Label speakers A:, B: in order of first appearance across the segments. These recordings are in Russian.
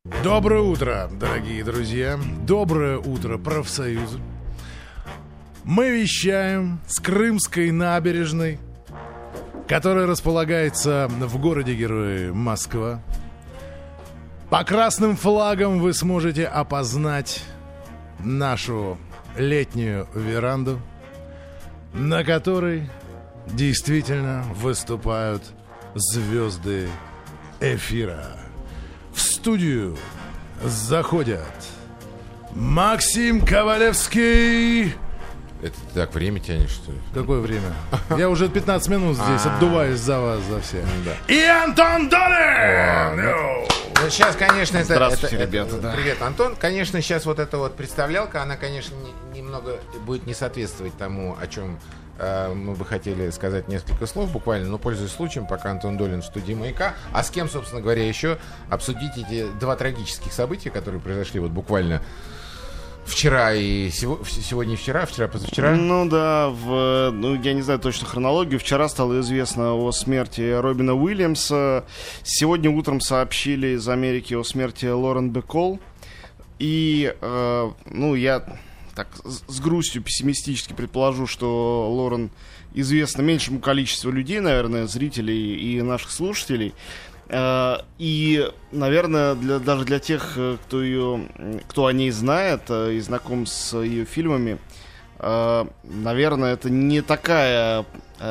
A: Доброе утро, дорогие друзья. Доброе утро, профсоюзы. Мы вещаем с Крымской набережной, которая располагается в городе-герое Москва. По красным флагам вы сможете опознать нашу летнюю веранду, на которой действительно выступают звезды эфира. В студию заходят Максим Ковалевский.
B: Это ты так время тянешь, что ли?
A: Какое время? Я уже 15 минут здесь отдуваюсь за вас, за всех.
B: Да.
A: И Антон Долин!
B: Ну, сейчас, конечно,
C: Здравствуйте, ребята. Да.
B: Привет, Антон. Конечно, сейчас вот эта вот представлялка, она, конечно, немного будет не соответствовать тому, о чем мы бы хотели сказать несколько слов буквально, но пользуясь случаем, пока Антон Долин в студии «Маяка», а с кем, собственно говоря, еще обсудить эти два трагических события, которые произошли вот буквально вчера и сегодня и вчера, позавчера.
C: Ну да, я не знаю точно хронологию. Вчера стало известно о смерти Робина Уильямса. Сегодня утром сообщили из Америки о смерти Лорен Бакол. И, я так с грустью пессимистически предположу, что Лорен известна меньшему количеству людей, наверное, зрителей и наших слушателей. И, наверное, даже для тех, кто о ней знает и знаком с ее фильмами, наверное, это не такая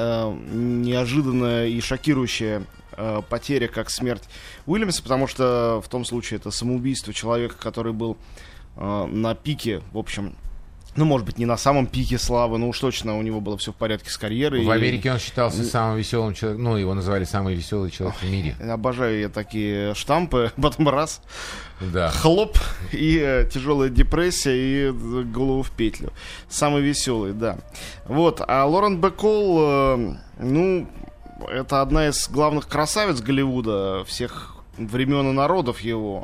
C: неожиданная и шокирующая потеря, как смерть Уильямса, потому что в том случае это самоубийство человека, который был на пике, в общем, может быть, не на самом пике славы, но уж точно у него было все в порядке с карьерой.
B: В Америке он считался самым веселым человеком, его называли самый веселый человек в мире.
C: Обожаю я такие штампы, потом раз,
B: да.
C: Хлоп, и тяжелая депрессия, и голову в петлю. Самый веселый, да. Вот, а Лорен Бакол, это одна из главных красавиц Голливуда всех времен и народов его.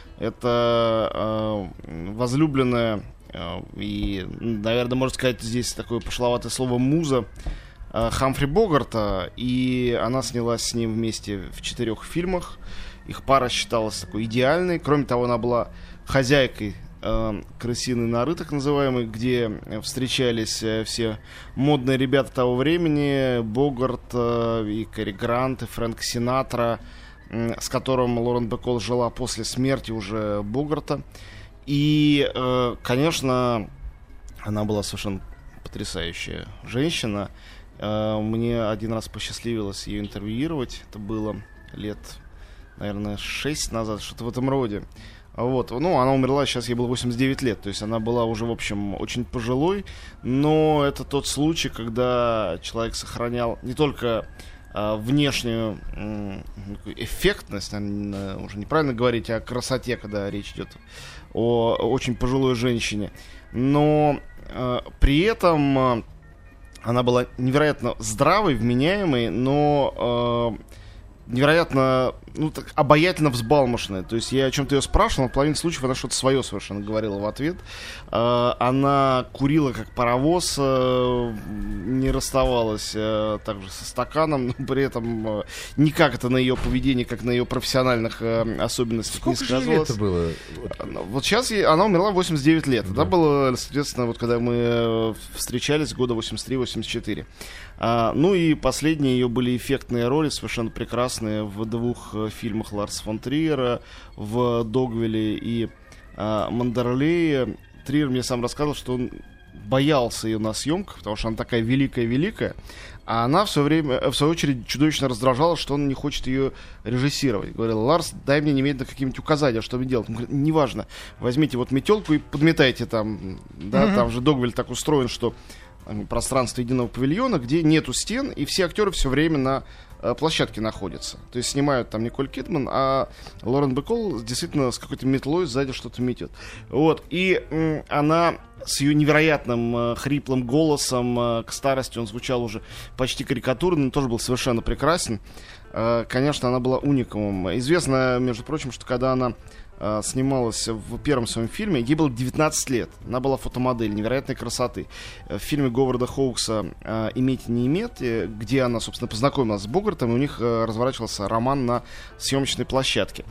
C: Это возлюбленная и, наверное, можно сказать, здесь такое пошловатое слово «муза» Хамфри Богарта, и она снялась с ним вместе в 4 фильмах. Их пара считалась такой идеальной. Кроме того, она была хозяйкой «Крысиной норы», так называемой, где встречались все модные ребята того времени: Богарт, и Кэрри Грант, и Фрэнк Синатра, с которым Лорен Бакол жила после смерти уже Богарта. И, конечно, она была совершенно потрясающая женщина. Мне один раз посчастливилось ее интервьюировать. Это было лет, наверное, 6 назад, что-то в этом роде. Вот. Она умерла, сейчас ей было 89 лет. То есть она была уже, в общем, очень пожилой. Но это тот случай, когда человек сохранял не только внешнюю эффектность, уже неправильно говорить о красоте, когда речь идет о очень пожилой женщине, но при этом она была невероятно здравой, вменяемой, но невероятно так обаятельно взбалмошная. То есть я о чем-то ее спрашивал, но в половине случаев она что-то свое совершенно говорила в ответ. Она курила как паровоз, не расставалась также со стаканом, но при этом никак это на ее поведении, как на ее профессиональных особенностях
B: сколько
C: не сказывалось.
B: Сколько же лет это было? Вот
C: сейчас она умерла в 89 лет. Да. Это было, соответственно, когда мы встречались, года 83-84. И последние ее были эффектные роли, совершенно прекрасные, в 2 фильмах Ларса фон Триера, в «Догвилле» и «Мандерлее». Триер мне сам рассказывал, что он боялся ее на съемках, потому что она такая великая-великая, а она в свою очередь, чудовищно раздражала, что он не хочет ее режиссировать. Говорил: Ларс, дай мне немедленно какие-нибудь указания, что мне делать. Он говорит: неважно, возьмите метелку и подметайте там. Да, там же «Догвилль» так устроен, что пространство единого павильона, где нету стен, и все актеры все время на площадке находятся. То есть снимают там Николь Кидман, а Лорен Бакол действительно с какой-то метлой сзади что-то метет. Вот. И она с ее невероятным хриплым голосом, к старости он звучал уже почти карикатурно, но тоже был совершенно прекрасен. Конечно, она была уникумом. Известно, между прочим, что когда она снималась в первом своем фильме, ей было 19 лет. Она была фотомодель невероятной красоты. В фильме Говарда Хоукса «Иметь и не иметь», где она, собственно, познакомилась с Богартом, и у них разворачивался роман на съемочной площадке.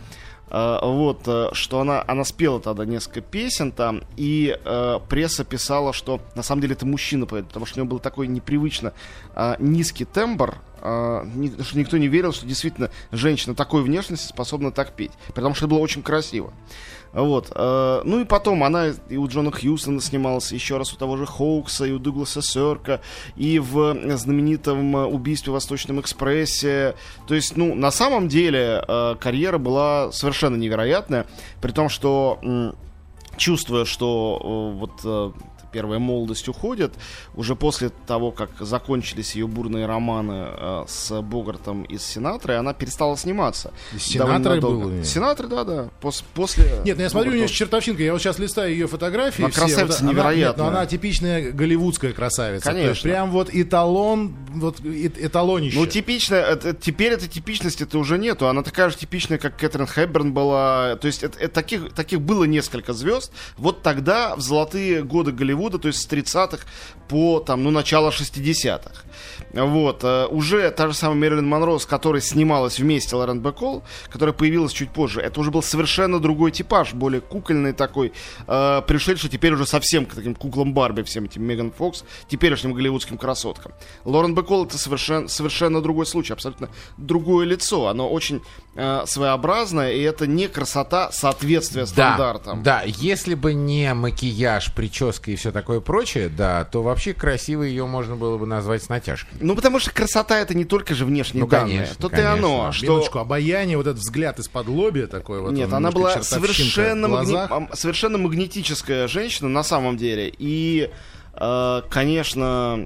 C: что она спела тогда несколько песен там, и пресса писала, что на самом деле это мужчина поет, потому что у него был такой непривычно низкий тембр, что никто не верил, что действительно женщина такой внешности способна так петь, потому что это было очень красиво. Ну и потом она и у Джона Хьюстона снималась, еще раз у того же Хоукса, и у Дугласа Сёрка, и в знаменитом «Убийстве в Восточном экспрессе». То есть, на самом деле карьера была совершенно невероятная, при том, что чувствуя, что первая молодость уходит, уже после того, как закончились ее бурные романы с Богартом и с Синатрой, она перестала сниматься.
A: С Синатрой было?
C: С Синатрой, да. После...
A: Нет, я смотрю, у нее чертовщинка. Я вот сейчас листаю ее фотографии.
C: Она красавица невероятная.
A: Она типичная голливудская красавица.
C: Конечно.
A: То есть прям эталон, эталонище.
C: Типичная, теперь этой типичности это уже нету. Она такая же типичная, как Кэтрин Хепберн была. То есть таких было несколько звезд. Вот тогда, в золотые годы Голливуда, то есть с 30-х по начало 60-х. Уже та же самая Мэрилин Монро, с которой снималась вместе Лорен Бакол, которая появилась чуть позже, это уже был совершенно другой типаж, более кукольный такой, пришедший теперь уже совсем к таким куклам Барби, всем этим Меган Фокс, теперешним голливудским красоткам. Лорен Бакол — это совершенно другой случай, абсолютно другое лицо. Оно очень своеобразное, и это не красота соответствия стандартам.
B: Да, если бы не макияж, прическа и все такое прочее, то вообще красивой ее можно было бы назвать с натяжкой.
C: Потому что красота — это не только же внешние данные.
B: Конечно,
C: Тут и оно,
A: Минуточку, обаяние, этот взгляд из-под лобья такой вот.
C: Нет, она была совершенно магнетическая женщина на самом деле. И, конечно,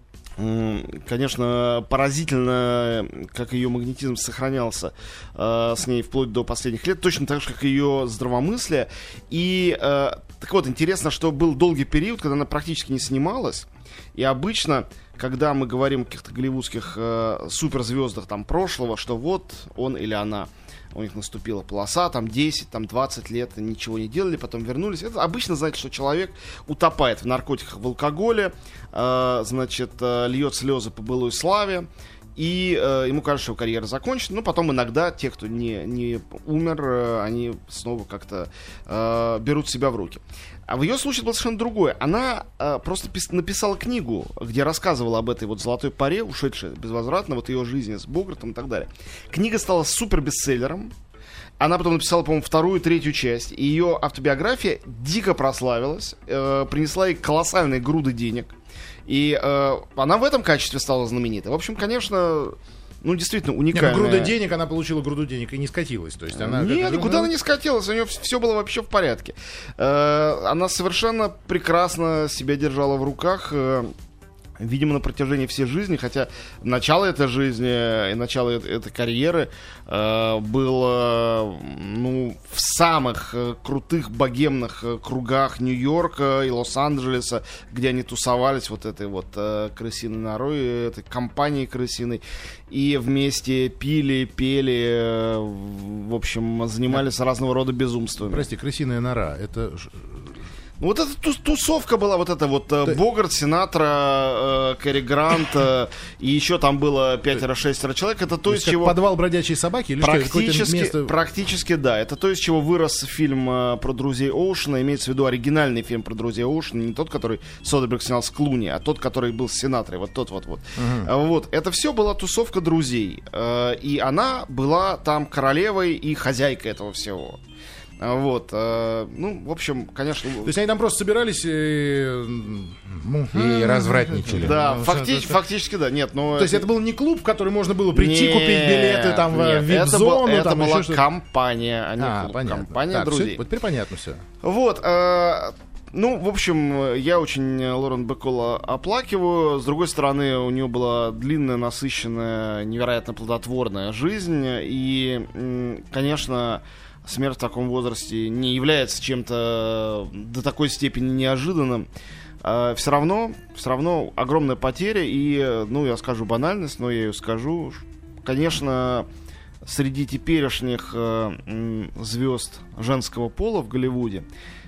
C: поразительно, как ее магнетизм сохранялся с ней вплоть до последних лет, точно так же, как ее здравомыслие. И так вот, интересно, что был долгий период, когда она практически не снималась. И обычно, когда мы говорим о каких-то голливудских суперзвездах прошлого, что вот он или она, у них наступила полоса, 10, 20 лет ничего не делали, потом вернулись. Это обычно значит, что человек утопает в наркотиках, в алкоголе, льет слезы по былой славе, и ему кажется, что его карьера закончена. Но потом иногда те, кто не умер, они снова как-то берут себя в руки. А в ее случае было совершенно другое. Она просто написала книгу, где рассказывала об этой золотой паре, ушедшей безвозвратно, ее жизни с Богартом и так далее. Книга стала супер бестселлером. Она потом написала, по-моему, 2-ю и 3-ю часть. И ее автобиография дико прославилась, принесла ей колоссальные груды денег. И она в этом качестве стала знаменитой. В общем, конечно, действительно уникальная.
A: Груда денег, она получила груду денег и не скатилась. То есть она
C: никуда она не скатилась, у нее все было вообще в порядке. Она совершенно прекрасно себя держала в руках, видимо, на протяжении всей жизни, хотя начало этой жизни и начало этой карьеры было в самых крутых богемных кругах Нью-Йорка и Лос-Анджелеса, где они тусовались этой крысиной норой, этой компанией крысиной, и вместе пили, пели, в общем, занимались разного рода безумствами.
A: Прости, крысиная нора, это...
C: эта тусовка была, Богарт, Синатра, Кэрри Грант, и еще там было 5-6 человек. Это то, из чего...
A: Подвал бродячей собаки? Или
C: практически, да. Это то, из чего вырос фильм про друзей Оушена. Имеется в виду оригинальный фильм про друзей Оушена. Не тот, который Содерберг снял с Клуни, а тот, который был с Синатрой. Тот. Угу. Это все была тусовка друзей. И она была там королевой и хозяйкой этого всего. В общем, конечно...
A: То есть они там просто собирались и
B: развратничали.
C: Да, фактически да. Нет,
A: то есть это был не клуб, в который можно было прийти, купить билеты в вип-зону?
C: Это была компания, а не клуб. Компания друзей.
A: Теперь понятно все.
C: В общем, я очень Лорен Бакол оплакиваю. С другой стороны, у нее была длинная, насыщенная, невероятно плодотворная жизнь. И, конечно... Смерть в таком возрасте не является чем-то до такой степени неожиданным. Все равно огромная потеря. И, я скажу банальность, но я ее скажу. Конечно, среди теперешних звезд женского пола в Голливуде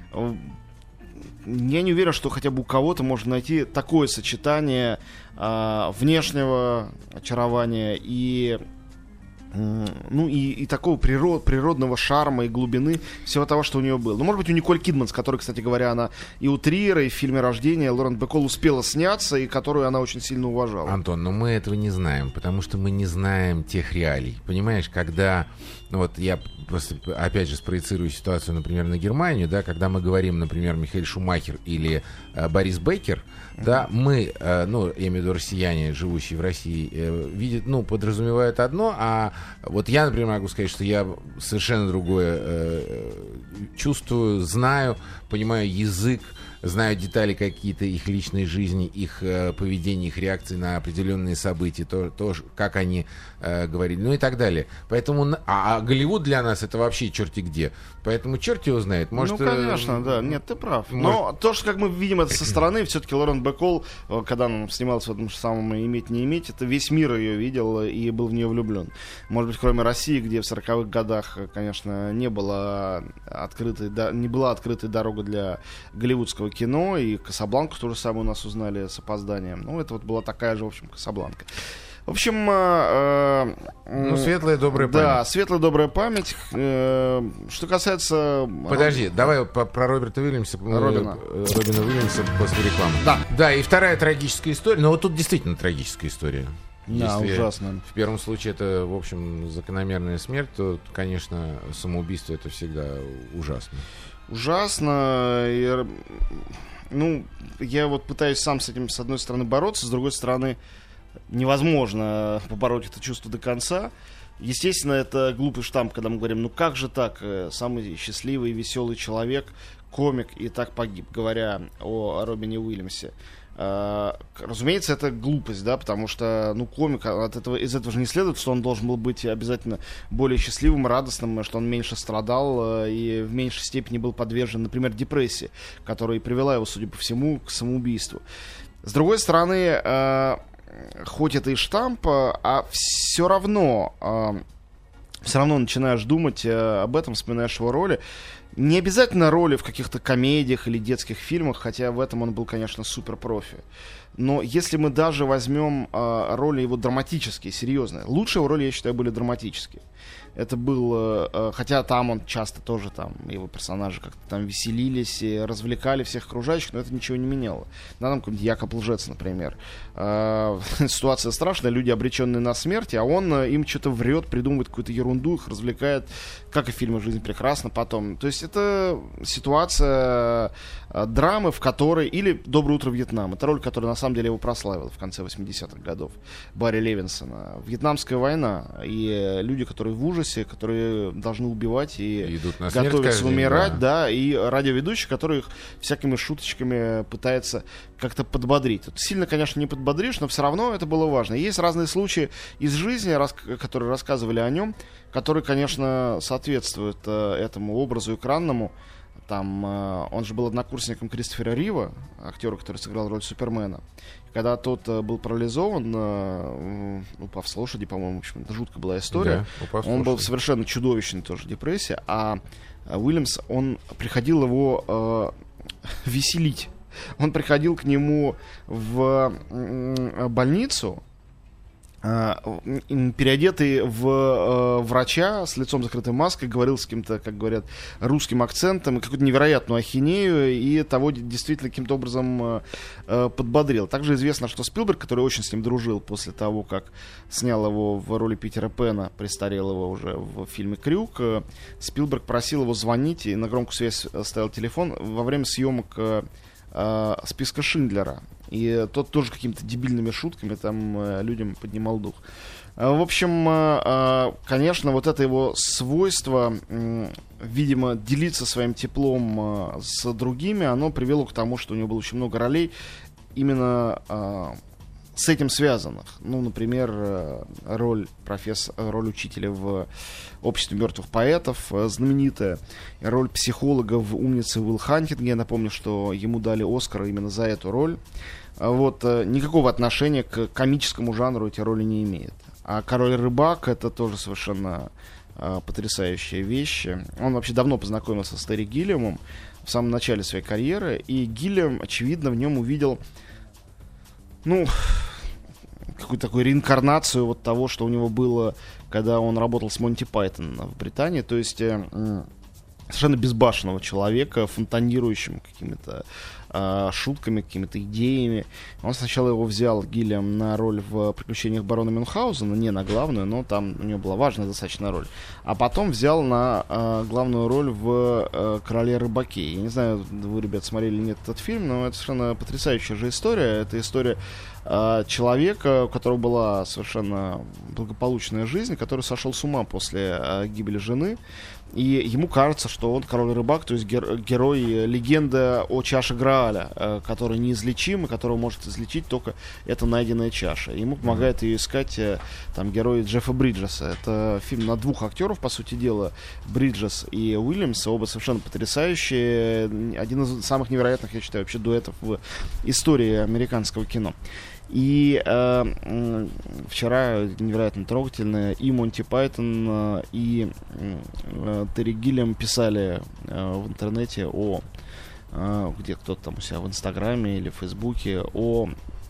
C: я не уверен, что хотя бы у кого-то можно найти такое сочетание внешнего очарования и ну и такого природного шарма и глубины всего того, что у нее было. Ну, может быть, у Николь Кидман, с которой, кстати говоря, она и у Триера, и в фильме «Рождение» Лорен Бакол успела сняться, и которую она очень сильно уважала.
B: Антон, но мы этого не знаем, потому что мы не знаем тех реалий. Понимаешь, когда... Ну вот я просто, опять же, спроецирую ситуацию, например, на Германию, да, когда мы говорим, например, Михаэль Шумахер или Борис Бейкер, да, мы, ну, я имею в виду россияне, живущие в России, видят, ну, подразумевают одно, а вот я, например, могу сказать, что я совершенно другое чувствую, знаю, понимаю язык, знаю детали какие-то их личной жизни, их поведения, их реакции на определенные события, то как они говорили, ну и так далее. Поэтому, а Голливуд для нас это вообще черти где. Поэтому черт его знает. Может,
C: ну, конечно, да. Нет, ты прав. Но то, что как мы видим это со стороны, все-таки Лорен Бакол, когда она снималась в этом же самом «Иметь, не иметь», это весь мир ее видел и был в нее влюблен. Может быть, кроме России, где в 40-х годах, конечно, не была открытой дорога для голливудского кино, и «Касабланку» то же самое у нас узнали с опозданием. Ну, это вот была такая же, в общем, «Касабланка». В общем...
B: ну, светлая добрая память.
C: Да, светлая добрая память. Что касается...
B: Подожди, давай про Робина Уильямса после рекламы.
C: Да.
B: Да, и вторая трагическая история. Но вот тут действительно трагическая история.
C: Да,
B: если
C: ужасно.
B: В первом случае это, в общем, закономерная смерть, то, конечно, самоубийство — это всегда ужасно.
C: Ужасно. Ну, я вот пытаюсь сам с этим, с одной стороны, бороться, с другой стороны, невозможно побороть это чувство до конца. Естественно, это глупый штамп, когда мы говорим, ну как же так, самый счастливый и веселый человек, комик, и так погиб, говоря о Робине Уильямсе. Разумеется, это глупость, да, потому что, ну, комик, из этого же не следует, что он должен был быть обязательно более счастливым, радостным, что он меньше страдал и в меньшей степени был подвержен, например, депрессии, которая и привела его, судя по всему, к самоубийству. С другой стороны, хоть это и штамп, а все равно начинаешь думать об этом, вспоминаешь его роли. Не обязательно роли в каких-то комедиях или детских фильмах, хотя в этом он был, конечно, супер профи. Но если мы даже возьмем роли его драматические, серьезные, лучшие его роли, я считаю, были драматические. Это был, хотя там он часто тоже, там, его персонажи как-то там веселились и развлекали всех окружающих, но это ничего не меняло. Да, там какой-нибудь Якоб Лжец, например. Ситуация страшная, люди обреченные на смерть, а он им что-то врет, придумывает какую-то ерунду, их развлекает, как и в фильме «Жизнь прекрасна» потом. То есть это ситуация драмы, в которой... Или «Доброе утро, Вьетнам». Это роль, которая на самом деле его прославила в конце 80-х годов. Барри Левинсона. Вьетнамская война. И люди, которые в ужасе, которые должны убивать и готовятся умирать, да, и радиоведущий, который их всякими шуточками пытается как-то подбодрить. Тут сильно, конечно, не подбодришь, но все равно это было важно. Есть разные случаи из жизни, которые рассказывали о нем, которые, конечно, соответствуют этому образу экранному. Там, он же был однокурсником Кристофера Рива, актера, который сыграл роль Супермена. Когда тот был парализован, упав с лошади, по-моему, в общем, это жуткая была история. Да, он был совершенно чудовищный тоже депрессия, а Уильямс, он приходил его веселить. Он приходил к нему в больницу, переодетый в врача с лицом закрытой маской, говорил с каким-то, как говорят, русским акцентом, и какую-то невероятную ахинею, и того действительно каким-то образом подбодрил. Также известно, что Спилберг, который очень с ним дружил после того, как снял его в роли Питера Пэна, престарелого уже в фильме «Крюк», Спилберг просил его звонить, и на громкую связь ставил телефон во время съемок списка Шиндлера. И тот тоже какими-то дебильными шутками там людям поднимал дух. В общем, конечно, вот это его свойство, видимо, делиться своим теплом с другими, оно привело к тому, что у него было очень много ролей именно с этим связанных. Ну, например, роль учителя в «Обществе мертвых поэтов» знаменитая, роль психолога в «Умнице» Уилл Хантинге. Я напомню, что ему дали Оскар именно за эту роль. Вот, никакого отношения к комическому жанру эти роли не имеют. А «Король-рыбак» — это тоже совершенно потрясающая вещь. Он вообще давно познакомился с Терри Гиллиамом в самом начале своей карьеры, и Гиллиам, очевидно, в нем увидел, ну, какую-то такую реинкарнацию вот того, что у него было, когда он работал с Монти Пайтоном в Британии. То есть совершенно безбашенного человека, фонтанирующим какими-то шутками, какими-то идеями. Он сначала его взял, Гиллиам, на роль в «Приключениях барона Мюнхгаузена», не на главную, но там у него была важная достаточно роль. А потом взял на главную роль в «Короле рыбаке». Я не знаю, вы, ребят, смотрели или нет этот фильм, но это совершенно потрясающая же история. Это история человека, у которого была совершенно благополучная жизнь, который сошел с ума после гибели жены. И ему кажется, что он король-рыбак, то есть герой, легенда о чаше Грааля, который неизлечим, и которого может излечить только эта найденная чаша. Ему помогает ее искать там герой Джеффа Бриджеса. Это фильм на двух актеров, по сути дела, Бриджес и Уильямс, оба совершенно потрясающие. Один из самых невероятных, я считаю, вообще дуэтов в истории американского кино. И вчера невероятно трогательно и Монти Пайтон, и Терри Гиллиам писали в интернете где кто-то там у себя в Инстаграме или в Фейсбуке о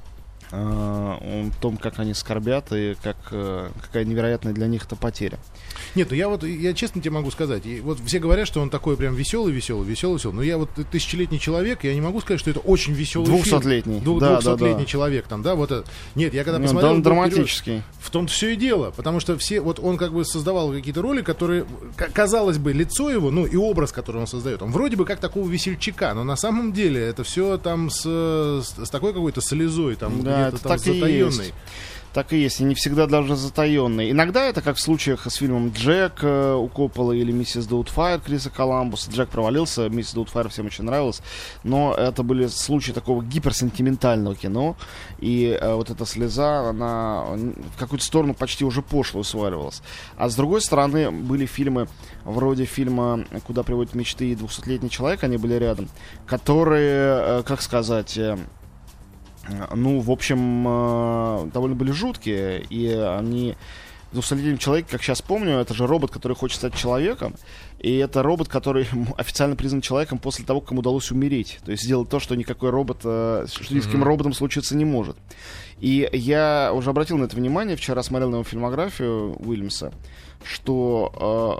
C: том, как они скорбят и какая невероятная для них это потеря.
A: Нет, ну я честно тебе могу сказать, вот все говорят, что он такой прям веселый, но я вот тысячелетний человек, я не могу сказать, что это очень веселый фильм.
C: 200-летний.
A: 200-летний человек там, да, вот это. Нет, я когда посмотрел...
C: Он драматический.
A: В том-то все и дело, потому что вот он как бы создавал какие-то роли, которые, казалось бы, лицо его, ну и образ, который он создает, он вроде бы как такого весельчака, но на самом деле это все там с такой какой-то слезой, там,
C: да,
A: где-то там затаенной.
C: Так и есть, и не всегда даже затаенный. Иногда это как в случаях с фильмом «Джек» у Копполы или «Миссис Даутфайр» Криса Коламбуса. «Джек» провалился, «Миссис Даутфайр» всем очень нравилась, но это были случаи такого гиперсентиментального кино, и вот эта слеза, она в какую-то сторону почти уже пошлую сваливалась. А с другой стороны, были фильмы вроде фильма «Куда приводят мечты» и «200-летний человек», они были рядом, которые, как сказать... Ну, в общем, довольно были жуткие, и они... 200-летний человек, как сейчас помню, это же робот, который хочет стать человеком, и это робот, который официально признан человеком после того, как ему удалось умереть. То есть сделать то, что никакой робот, что ни с каким роботом случиться не может. И я уже обратил на это внимание, вчера смотрел на его фильмографию Уильямса, что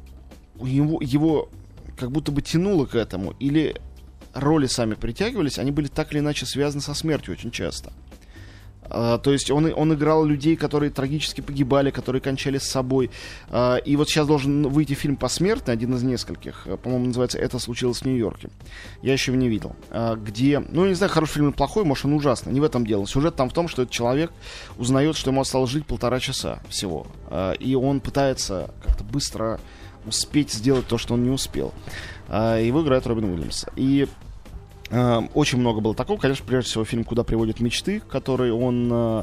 C: его как будто бы тянуло к этому, или... роли сами притягивались, они были так или иначе связаны со смертью очень часто. То есть он играл людей, которые трагически погибали, которые кончали с собой. И вот сейчас должен выйти фильм «Посмертный», один из нескольких. По-моему, называется «Это случилось в Нью-Йорке». Я еще его не видел. Где, ну, не знаю, хороший фильм или плохой, может, он ужасный. Не в этом дело. Сюжет там в том, что этот человек узнает, что ему осталось жить 1,5 часа всего. И он пытается как-то быстро успеть сделать то, что он не успел. Его играет Робин Уильямс. И очень много было такого. Конечно, прежде всего, фильм «Куда приводят мечты», который он,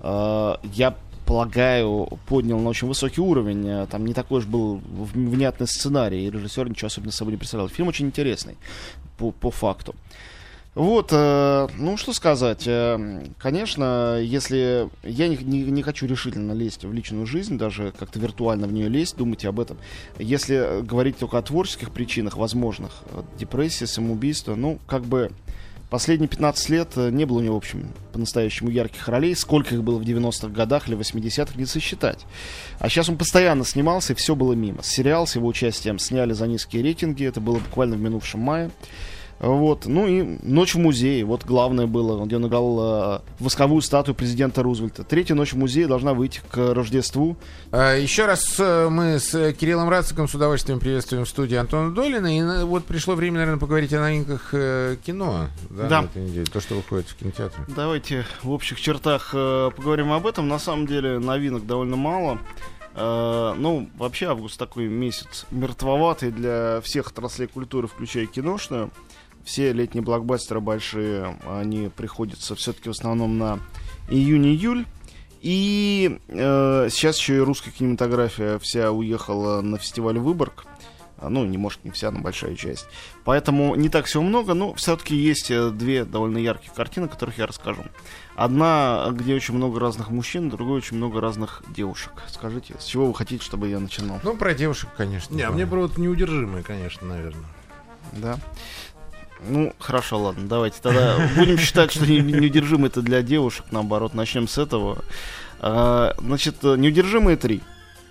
C: я полагаю, поднял на очень высокий уровень. Там не такой уж был внятный сценарий, и режиссер ничего особенно собой не представлял. Фильм очень интересный, по факту. Вот, ну что сказать, конечно, если я не хочу решительно лезть в личную жизнь, даже как-то виртуально в нее лезть, думайте об этом. Если говорить только о творческих причинах возможных, депрессия, самоубийство, ну, как бы последние 15 лет не было у него, в общем, по-настоящему ярких ролей. Сколько их было в 90-х годах или 80-х, не сосчитать. А сейчас он постоянно снимался, и все было мимо. Сериал с его участием сняли за низкие рейтинги, это было буквально в минувшем мае. Вот, ну и «Ночь в музее», вот главное было, где он играл восковую статую президента Рузвельта. Третья «Ночь в музее» должна выйти к Рождеству.
B: Еще раз мы с Кириллом Рациком с удовольствием приветствуем в студии Антона Долина. И вот пришло время, наверное, поговорить о новинках кино, да, на этой неделе, то, что выходит в кинотеатре.
C: Давайте в общих чертах поговорим об этом. На самом деле новинок довольно мало. Ну, вообще август такой месяц мертвоватый для всех отраслей культуры, включая киношную. Все летние блокбастеры большие, они приходятся все-таки в основном на июнь-июль. И сейчас еще и русская кинематография вся уехала на фестиваль «Выборг». Ну, не может, не вся, но большая часть. Поэтому не так всего много, но все-таки есть две довольно яркие картины, о которых я расскажу. Одна, где очень много разных мужчин, другой очень много разных девушек. Скажите, с чего вы хотите, чтобы я начинал?
B: Ну, про девушек, конечно.
A: Не, а мне про вот «Неудержимые», конечно, наверное.
C: Да. Ну, хорошо, ладно, давайте тогда будем считать, что «Неудержимые» это для девушек, наоборот, начнем с этого. Значит, «Неудержимые 3».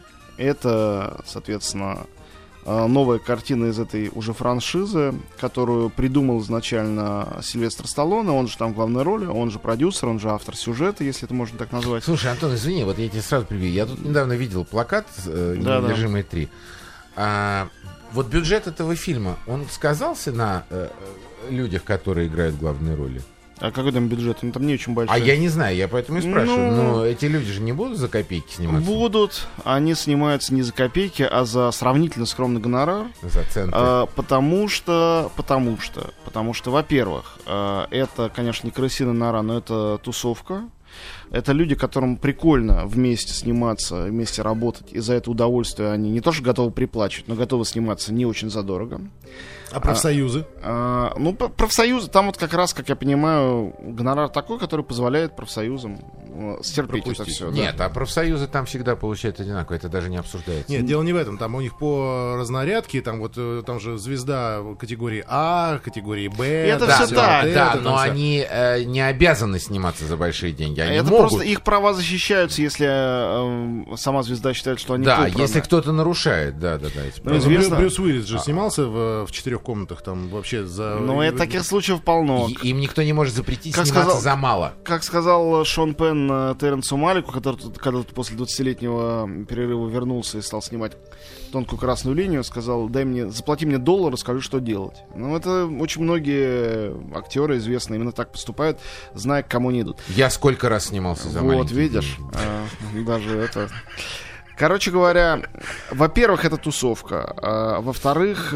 C: Это, соответственно, новая картина из этой уже франшизы, которую придумал изначально Сильвестр Сталлоне, он же там в главной роли, он же продюсер, он же автор сюжета, если это можно так назвать.
B: Слушай, Антон, извини, вот я тебе сразу прибью. Я тут недавно видел плакат «Неудержимые 3». Вот бюджет этого фильма, он сказался на людях, которые играют главные роли?
C: А какой там бюджет? Он там не очень большой.
B: А я не знаю, я поэтому и спрашиваю. Но эти люди же не будут за копейки сниматься?
C: Будут. Они снимаются не за копейки, а за сравнительно скромный гонорар.
B: За центы.
C: Потому что, во-первых, это, конечно, не крысиная нора, но это тусовка. Это люди, которым прикольно вместе сниматься, вместе работать, и за это удовольствие они не то что готовы приплачивать, но готовы сниматься не очень задорого.
A: А профсоюзы?
C: Профсоюзы, там вот как раз, как я понимаю, гонорар такой, который позволяет профсоюзам стерпеть это все.
B: Нет, а профсоюзы там всегда получают одинаково, это даже не обсуждается.
A: Нет, дело не в этом, там у них по разнарядке, там вот там же звезда категории А, категории Б.
C: Это все так.
B: Да, но они не обязаны сниматься за большие деньги, они могут.
C: Просто их права защищаются, если сама звезда считает, что они
B: попраны. Да, если кто-то нарушает, да.
A: Брюс Уиллис же снимался в 4 комнатах там вообще за...
C: Ну, это таких случаев полно.
B: Им никто не может запретить сниматься за мало.
C: Как сказал Шон Пенн Терренсу Малику, который когда после 20-летнего перерыва вернулся и стал снимать «Тонкую красную линию», сказал: заплати мне $1, скажи, что делать. Ну, это очень многие актеры известные именно так поступают, зная, к кому они идут.
B: Я сколько раз снимался за
C: маленькие. Вот, видишь, даже это... Короче говоря, во-первых, это тусовка. Во-вторых,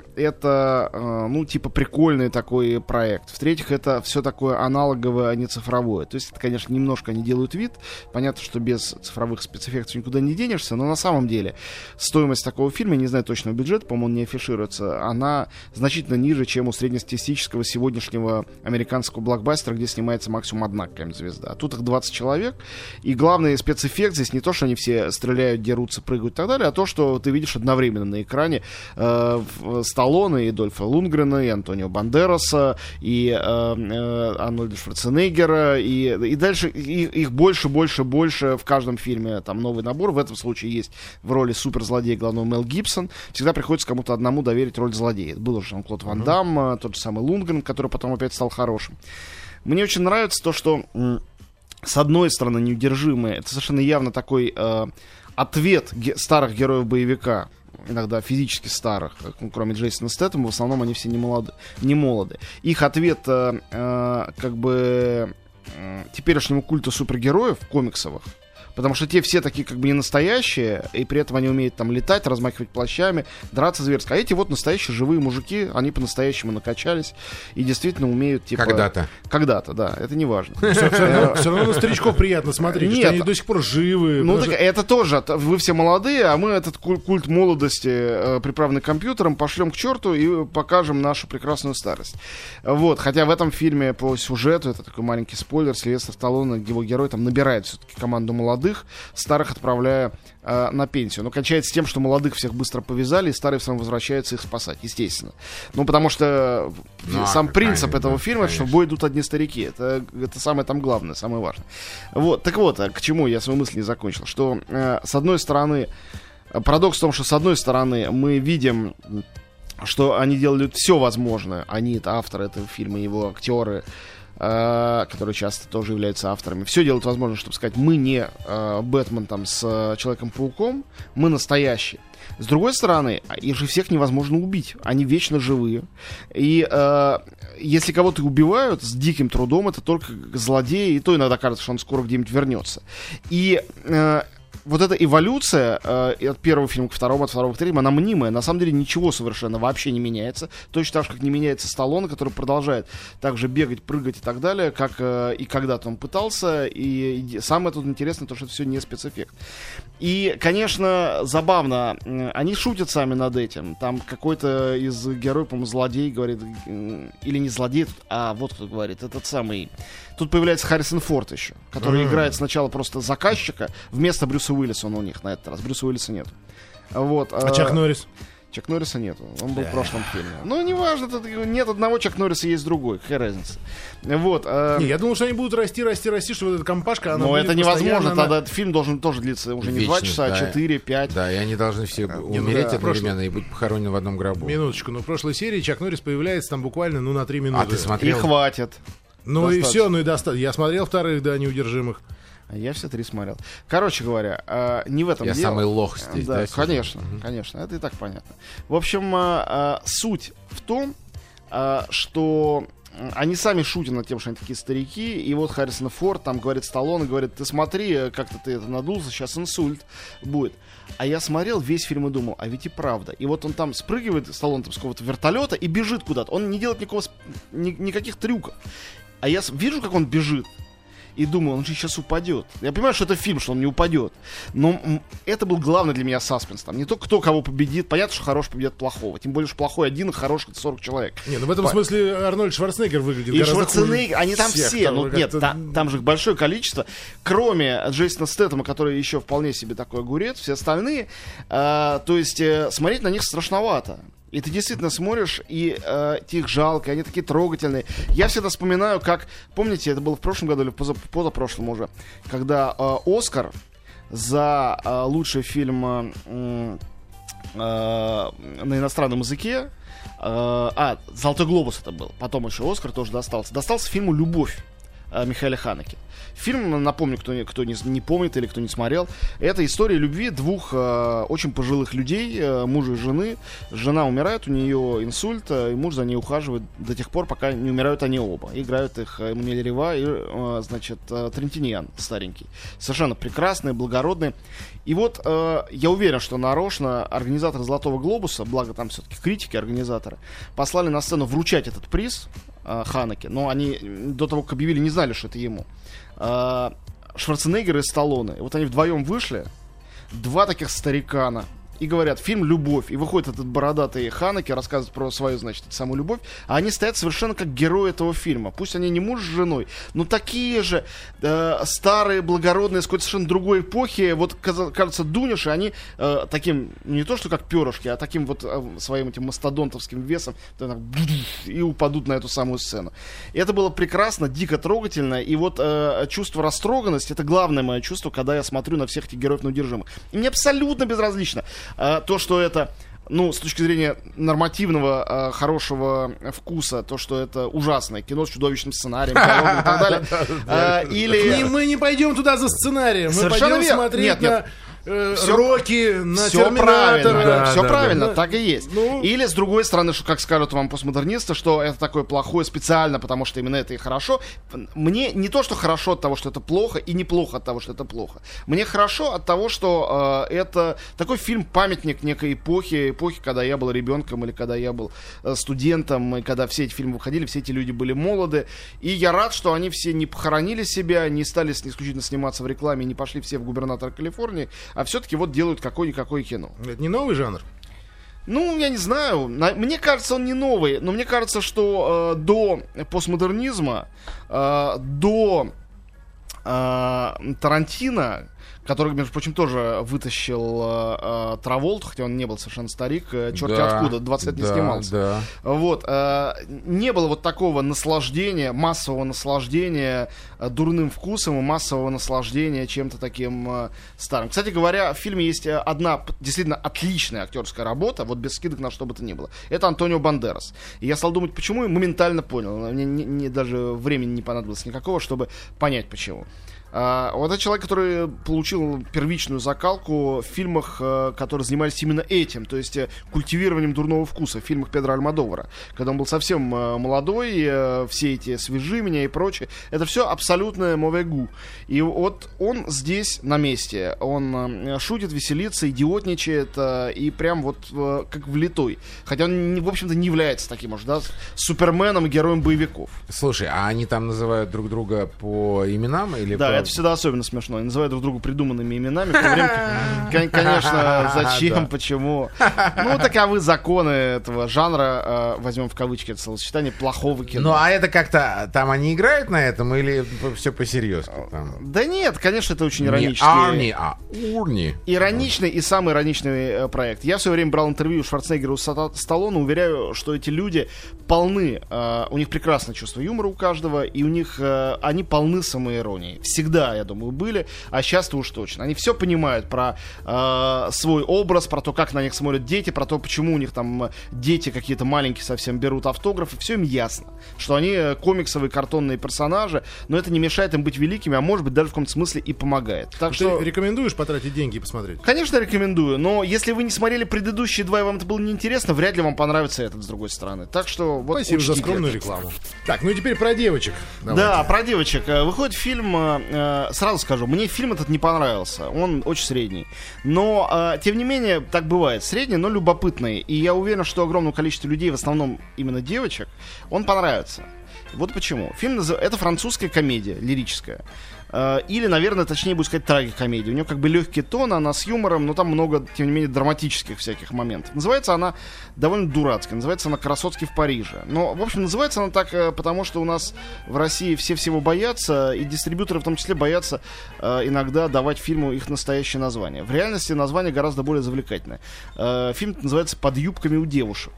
C: это, типа, прикольный такой проект. В-третьих, это все такое аналоговое, а не цифровое. То есть, это, конечно, немножко они делают вид. Понятно, что без цифровых спецэффектов никуда не денешься, но на самом деле стоимость такого фильма, не знаю точного бюджета, по-моему, он не афишируется, она значительно ниже, чем у среднестатистического сегодняшнего американского блокбастера, где снимается максимум одна какая-нибудь звезда. А тут их 20 человек, и главный спецэффект здесь не то, что они все стреляют, дерутся, прыгают и так далее, а то, что ты видишь одновременно на экране Сталлоне и Дольфа Лундгрена, и Антонио Бандераса, и Арнольда Шварценеггера, и дальше их больше в каждом фильме там новый набор. В этом случае есть в роли суперзлодея главного Мел Гибсон. Всегда приходится кому-то одному доверить роль злодея. Был уже Жан-Клод Ван Дамм, тот же самый Лундгрен, который потом опять стал хорошим. Мне очень нравится то, что с одной стороны «Неудержимые» — это совершенно явно такой ответ старых героев боевика, иногда физически старых, кроме Джейсона Стэтэма, в основном они все не молоды. Их ответ теперешнему культу супергероев комиксовых, потому что те все такие как бы не настоящие, и при этом они умеют там летать, размахивать плащами, драться зверско. А эти вот настоящие живые мужики, они по-настоящему накачались и действительно умеют типа... Когда-то, да, это не важно.
A: Все равно на старичков приятно смотреть, что они до сих пор живы.
C: Ну так это тоже, вы все молодые, а мы этот культ молодости, приправленный компьютером, пошлем к черту и покажем нашу прекрасную старость. Вот, хотя в этом фильме по сюжету, это такой маленький спойлер, Сильвестр Сталлоне, его герой, там набирает все-таки команду молодых, старых отправляя на пенсию. Но кончается тем, что молодых всех быстро повязали, и старые сам возвращаются их спасать, естественно. Ну, потому что сам принцип этого фильма, что в бой идут одни старики. Это самое там главное, самое важное. Вот, так вот, к чему я свою мысль не закончил. Что, с одной стороны, парадокс в том, что, с одной стороны, мы видим, что они делали все возможное. Они, это авторы этого фильма, его актеры, которые часто тоже являются авторами, все делают возможно, чтобы сказать: мы не Бэтмен там с Человеком-пауком, мы настоящие. С другой стороны, их же всех невозможно убить, они вечно живые. И если кого-то убивают с диким трудом, это только злодеи, и то иногда кажется, что он скоро где-нибудь вернется. И вот эта эволюция от первого фильма к второму, от второго к третьему, она мнимая. На самом деле ничего совершенно вообще не меняется. Точно так же, как не меняется Сталлоне, который продолжает также бегать, прыгать и так далее, как и когда-то он пытался. И самое тут интересное, то, что это все не спецэффект. И, конечно, забавно, они шутят сами над этим. Там какой-то из героев, по-моему, злодей говорит, или не злодей, а вот кто говорит, этот самый... Тут появляется Харрисон Форд еще, который играет сначала просто заказчика, вместо Брюса Уиллиса он у них на этот раз. Брюса Уиллиса нет. Вот.
A: А Чак Норрис?
C: Чак Норриса нету, он был в прошлом фильме. Ну, неважно, нет одного Чак Норриса, есть другой, какая разница. Вот.
A: Не, я думал, что они будут расти, чтобы эта компашка, она.
C: Но это невозможно,
A: она...
C: тогда фильм должен тоже длиться уже не 2 часа, а 4-5.
B: Да, и они должны все умереть одновременно и быть похоронены в одном гробу.
A: Минуточку, но в прошлой серии Чак Норрис появляется там буквально, на 3 минуты.
B: А ты смотрел?
C: И хватит.
A: Ну достаточно. И все, и достаточно. Я смотрел вторых, да, «Неудержимых».
C: Я все 3 смотрел. Короче говоря, не в этом дело.
B: Я самый лох здесь, да?
C: Конечно, конечно, это и так понятно. В общем, суть в том, что они сами шутят над тем, что они такие старики, и вот Харрисон Форд там говорит Сталлоне, говорит, ты смотри, как-то ты это надулся, сейчас инсульт будет. А я смотрел весь фильм и думал, а ведь и правда. И вот он там спрыгивает, Сталлоне там с какого-то вертолета и бежит куда-то. Он не делает никаких трюков. А я вижу, как он бежит, и думаю, он же сейчас упадет. Я понимаю, что это фильм, что он не упадет. Но это был главный для меня саспенс. Там не то, кто кого победит. Понятно, что хороший победит плохого. Тем более, что плохой один, а хороший 40 человек.
A: Не, ну в этом смысле Арнольд Шварценеггер выглядит
C: и
A: гораздо
C: Шварценеггер, они там
A: всех,
C: все. Ну, нет, там же их большое количество. Кроме Джейсона Стэтэма, который еще вполне себе такой огурец, все остальные. То есть, смотреть на них страшновато. И ты действительно смотришь, и тебе их жалко, они такие трогательные. Я всегда вспоминаю, как, помните, это было в прошлом году или позапрошлом уже, когда Оскар за лучший фильм на иностранном языке, «Золотой глобус» это был, потом еще Оскар тоже достался фильму «Любовь» Михаэля Ханеке. Фильм, напомню, кто не помнит или кто не смотрел, это история любви двух очень пожилых людей, мужа и жены. Жена умирает, у нее инсульт, и муж за ней ухаживает до тех пор, пока не умирают они оба. Играют их Эммануэль Рива и, значит, Трентиньян старенький. Совершенно прекрасный, благородный. И вот я уверен, что нарочно организаторы «Золотого глобуса», благо там все-таки критики, организаторы, послали на сцену вручать этот приз Ханеке, но они до того, как объявили, не знали, что это ему. Шварценеггер и Сталлоне. И вот они вдвоем вышли, 2 таких старикана, и говорят, фильм «Любовь». И выходит этот бородатый Ханеке, рассказывает про свою, значит, саму любовь. А они стоят совершенно как герои этого фильма. Пусть они не муж с женой, но такие же старые, благородные, с какой-то совершенно другой эпохи. Вот, кажется, дунешь, и они таким, не то что как перышки, а таким вот своим этим мастодонтовским весом и упадут на эту самую сцену. И это было прекрасно, дико трогательно. И вот чувство растроганности, это главное мое чувство, когда я смотрю на всех этих героев неудержимых. И мне абсолютно безразлично то, что это, ну, с точки зрения нормативного, хорошего вкуса, то, что это ужасное кино с чудовищным сценарием, диалогом и так далее. Или...
A: Мы не пойдем туда за сценарием, мы пойдем смотреть на... Рокки, на
C: все
A: Терминатора.
C: Правильно, все правильно, так и есть. Или, с другой стороны, что, как скажут вам постмодернисты, что это такое плохое специально, потому что именно это и хорошо. Мне не то, что хорошо от того, что это плохо, и неплохо от того, что это плохо. Мне хорошо от того, что это такой фильм-памятник некой эпохи, когда я был ребенком, или когда я был студентом, и когда все эти фильмы выходили, все эти люди были молоды. И я рад, что они все не похоронили себя, не стали исключительно сниматься в рекламе, не пошли все в «Губернатора Калифорнии», а все-таки вот делают какое-никакое кино.
A: Это не новый жанр?
C: Ну, я не знаю. Мне кажется, он не новый. Но мне кажется, что до постмодернизма, до Тарантино, который, между прочим, тоже вытащил Траволту, хотя он не был совершенно старик, черти откуда, 20 лет не снимался.
B: Да.
C: Вот. Не было вот такого наслаждения, массового наслаждения дурным вкусом и массового наслаждения чем-то таким старым. Кстати говоря, в фильме есть одна действительно отличная актерская работа, вот без скидок на что бы то ни было. Это Антонио Бандерас. И я стал думать, почему, и моментально понял. Мне даже времени не понадобилось никакого, чтобы понять, почему. Вот это человек, который получил первичную закалку в фильмах, которые занимались именно этим, то есть культивированием дурного вкуса в фильмах Педро Альмодовара. Когда он был совсем молодой, все эти «Свяжи меня» и прочее, это все абсолютное mauvais goût. И вот он здесь на месте, он шутит, веселится, идиотничает, и прям вот как влитой. Хотя он, в общем-то, не является таким, может, да, суперменом, героем боевиков.
B: Слушай, а они там называют друг друга по именам или
C: да,
B: по
C: это всегда особенно смешно. Они называют друг друга придуманными именами. В то время, конечно, зачем, почему. Ну, таковы законы этого жанра, возьмем в кавычки это словосочетание, плохого кино.
B: Ну, а это как-то, там они играют на этом или все по-серьезки?
C: Да нет, конечно, это очень иронический.
B: Не Арни, а Урни.
C: Ироничный и самый ироничный проект. Я в свое время брал интервью у Шварценеггера, у Сталлоне, уверяю, что эти люди полны, у них прекрасное чувство юмора у каждого, и у них, они полны самоиронии. Всегда, я думаю, были, а сейчас-то уж точно. Они все понимают про свой образ, про то, как на них смотрят дети, про то, почему у них там дети какие-то маленькие совсем берут автографы. Все им ясно, что они комиксовые, картонные персонажи, но это не мешает им быть великими, а может быть даже в каком-то смысле и помогает. Так что
A: ты рекомендуешь потратить деньги и посмотреть?
C: Конечно, рекомендую, но если вы не смотрели предыдущие два и вам это было неинтересно, вряд ли вам понравится этот, с другой стороны. Так что вот
A: спасибо
C: учтите.
A: За скромную рекламу. Так, ну и теперь про девочек. Давайте.
C: Да, про девочек. Выходит фильм, сразу скажу, мне фильм этот не понравился. Он очень средний. Но, тем не менее, так бывает. Средний, но любопытный. И я уверен, что огромному количеству людей, в основном именно девочек, он понравится. Вот почему. Фильм это французская комедия, лирическая. Или, наверное, точнее будет сказать, трагикомедия. У нее как бы легкий тон, она с юмором, но там много, тем не менее, драматических всяких моментов. Называется она довольно дурацкая. Называется она «Красотки в Париже». Но, в общем, называется она так, потому что у нас в России все всего боятся, и дистрибьюторы в том числе боятся иногда давать фильму их настоящее название. В реальности название гораздо более завлекательное. Фильм называется «Под юбками у девушек».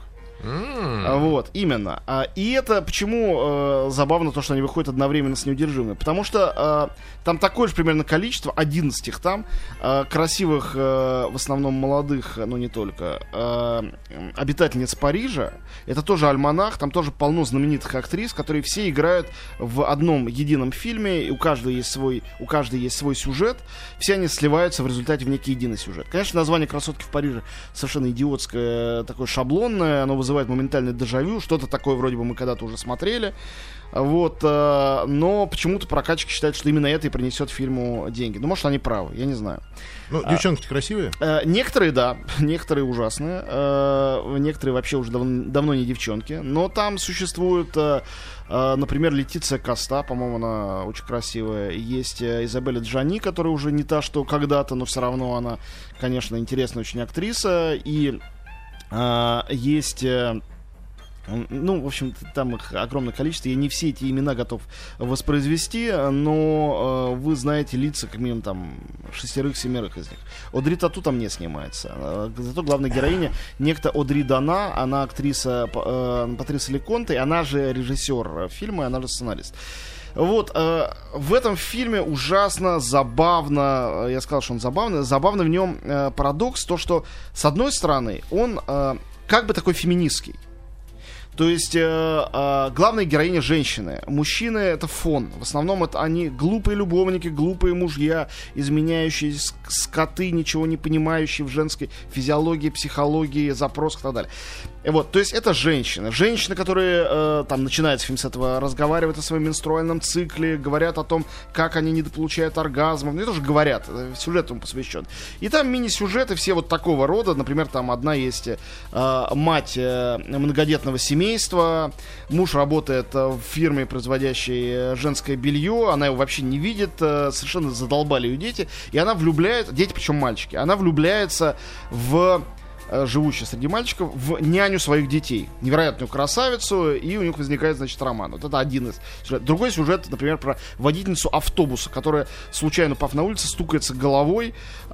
C: Вот, именно. И это почему забавно то, что они выходят одновременно с «Неудержимыми». Потому что там такое же примерно количество, 11 их там, красивых, в основном молодых, но не только, обитательниц Парижа. Это тоже альманах, там тоже полно знаменитых актрис, которые все играют в одном едином фильме, и у каждой есть свой сюжет. Все они сливаются в результате в некий единый сюжет. Конечно, название «Красотки в Париже» совершенно идиотское, такое шаблонное, оно вызывает моментальное дежавю, что-то такое вроде бы мы когда-то уже смотрели, вот, но почему-то прокатчики считают, что именно это и принесет фильму деньги. Ну, может, они правы, я не знаю.
A: Ну, девчонки красивые?
C: Некоторые, да, некоторые ужасные, некоторые вообще уже давно не девчонки, но там существует, например, Летиция Коста, по-моему, она очень красивая. Есть Изабелла Джани, которая уже не та, что когда-то, но все равно она, конечно, интересная очень актриса, и есть, ну, в общем, там их огромное количество. Я не все эти имена готов воспроизвести, но вы знаете лица, как минимум, там, 6-7 из них. Одри Тату там не снимается. Зато главная героиня, некто Одри Дана, она актриса Патриса Леконте, она же режиссер фильма, она же сценарист. Вот, в этом фильме ужасно забавно, я сказал, что он забавный, забавно в нем парадокс, то, что, с одной стороны, он как бы такой феминистский. То есть главная героиня женщины. Мужчины — это фон. В основном это они глупые любовники, глупые мужья, изменяющие скоты, ничего не понимающие в женской физиологии, психологии, запросах и так далее. Вот, то есть это женщины. Женщины, которые, там, начинается фильм с этого, разговаривают о своем менструальном цикле, говорят о том, как они недополучают оргазмов. Ну, это тоже говорят, сюжет ему посвящен. И там мини-сюжеты все вот такого рода. Например, там одна есть мать многодетного семейства. Муж работает в фирме, производящей женское белье. Она его вообще не видит. Совершенно задолбали ее дети. И она влюбляется, дети причем мальчики, она влюбляется в... живущая среди мальчиков, в няню своих детей. Невероятную красавицу, и у них возникает, значит, роман. Вот это один из сюжетов. Другой сюжет, например, про водительницу автобуса, которая, случайно упав на улице, стукается головой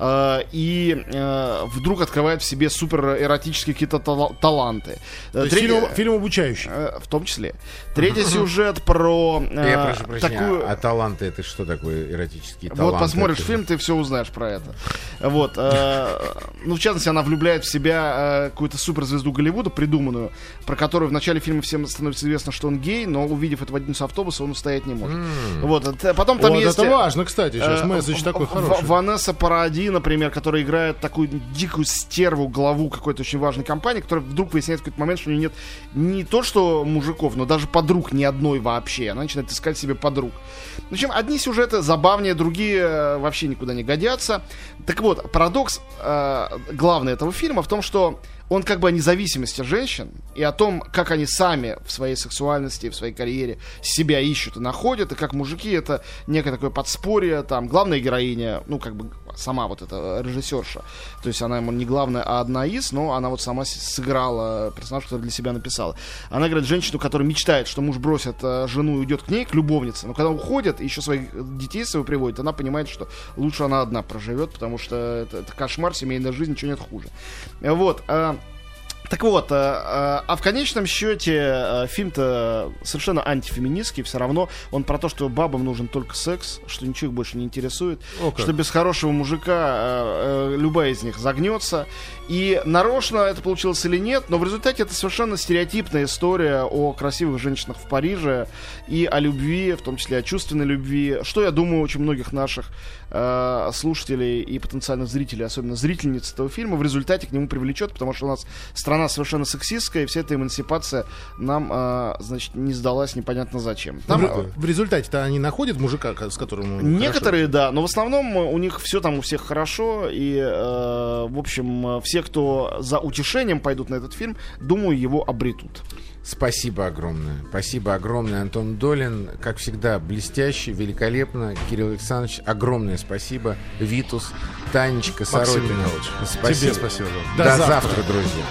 C: и вдруг открывает в себе суперэротические какие-то таланты.
A: То есть фильм обучающий.
C: В том числе. Третий сюжет про...
B: Я прошу прощения, а таланты — это что такое эротические таланты?
C: Вот посмотришь фильм, ты все узнаешь про это. Вот. Ну, в частности, она влюбляет в себя какую-то суперзвезду Голливуда, придуманную, про которую в начале фильма всем становится известно, что он гей, но увидев эту водительницу автобуса, он устоять не может. Вот. Потом там есть...
A: это важно, кстати, сейчас месседж такой хороший.
C: Ванесса Паради, например, которая играет такую дикую стерву, главу какой-то очень важной компании, которая вдруг выясняет в какой-то момент, что у нее нет не то что мужиков, но даже подруг ни одной вообще. Она начинает искать себе подруг. В общем, одни сюжеты забавнее, другие вообще никуда не годятся. Так вот, парадокс главный этого фильма в том, что он как бы о независимости женщин и о том, как они сами в своей сексуальности, в своей карьере себя ищут и находят, и как мужики это некое такое подспорье, там, главная героиня, ну, как бы сама вот эта режиссерша, то есть она ему не главная, а одна из, но она вот сама сыграла персонаж, который для себя написала. Она играет женщину, которая мечтает, что муж бросит жену и уйдет к ней, к любовнице, но когда уходит, еще своих детей своих приводит, она понимает, что лучше она одна проживет, потому что это кошмар, семейная жизнь, ничего нет хуже. Вот. Так вот, а в конечном счете фильм-то совершенно антифеминистский, все равно он про то, что бабам нужен только секс, что ничего их больше не интересует, что без хорошего мужика любая из них загнется. И нарочно это получилось или нет, но в результате это совершенно стереотипная история о красивых женщинах в Париже и о любви, в том числе о чувственной любви, что, я думаю, очень многих наших слушателей и потенциальных зрителей, особенно зрительниц этого фильма, в результате к нему привлечет, потому что у нас страна совершенно сексистская, и вся эта эмансипация нам, значит, не сдалась непонятно зачем. Там,
A: в результате-то они находят мужика, с которым...
C: Некоторые, хорошо. Да, но в основном у них все там у всех хорошо, и, в общем, все, кто за утешением пойдут на этот фильм, думаю, его обретут.
B: Спасибо огромное. Спасибо огромное, Антон Долин. Как всегда, блестяще, великолепно. Кирилл Александрович, огромное спасибо. Витус, Танечка, Сорокина.
A: Спасибо. Тебе спасибо.
B: До завтра, друзья.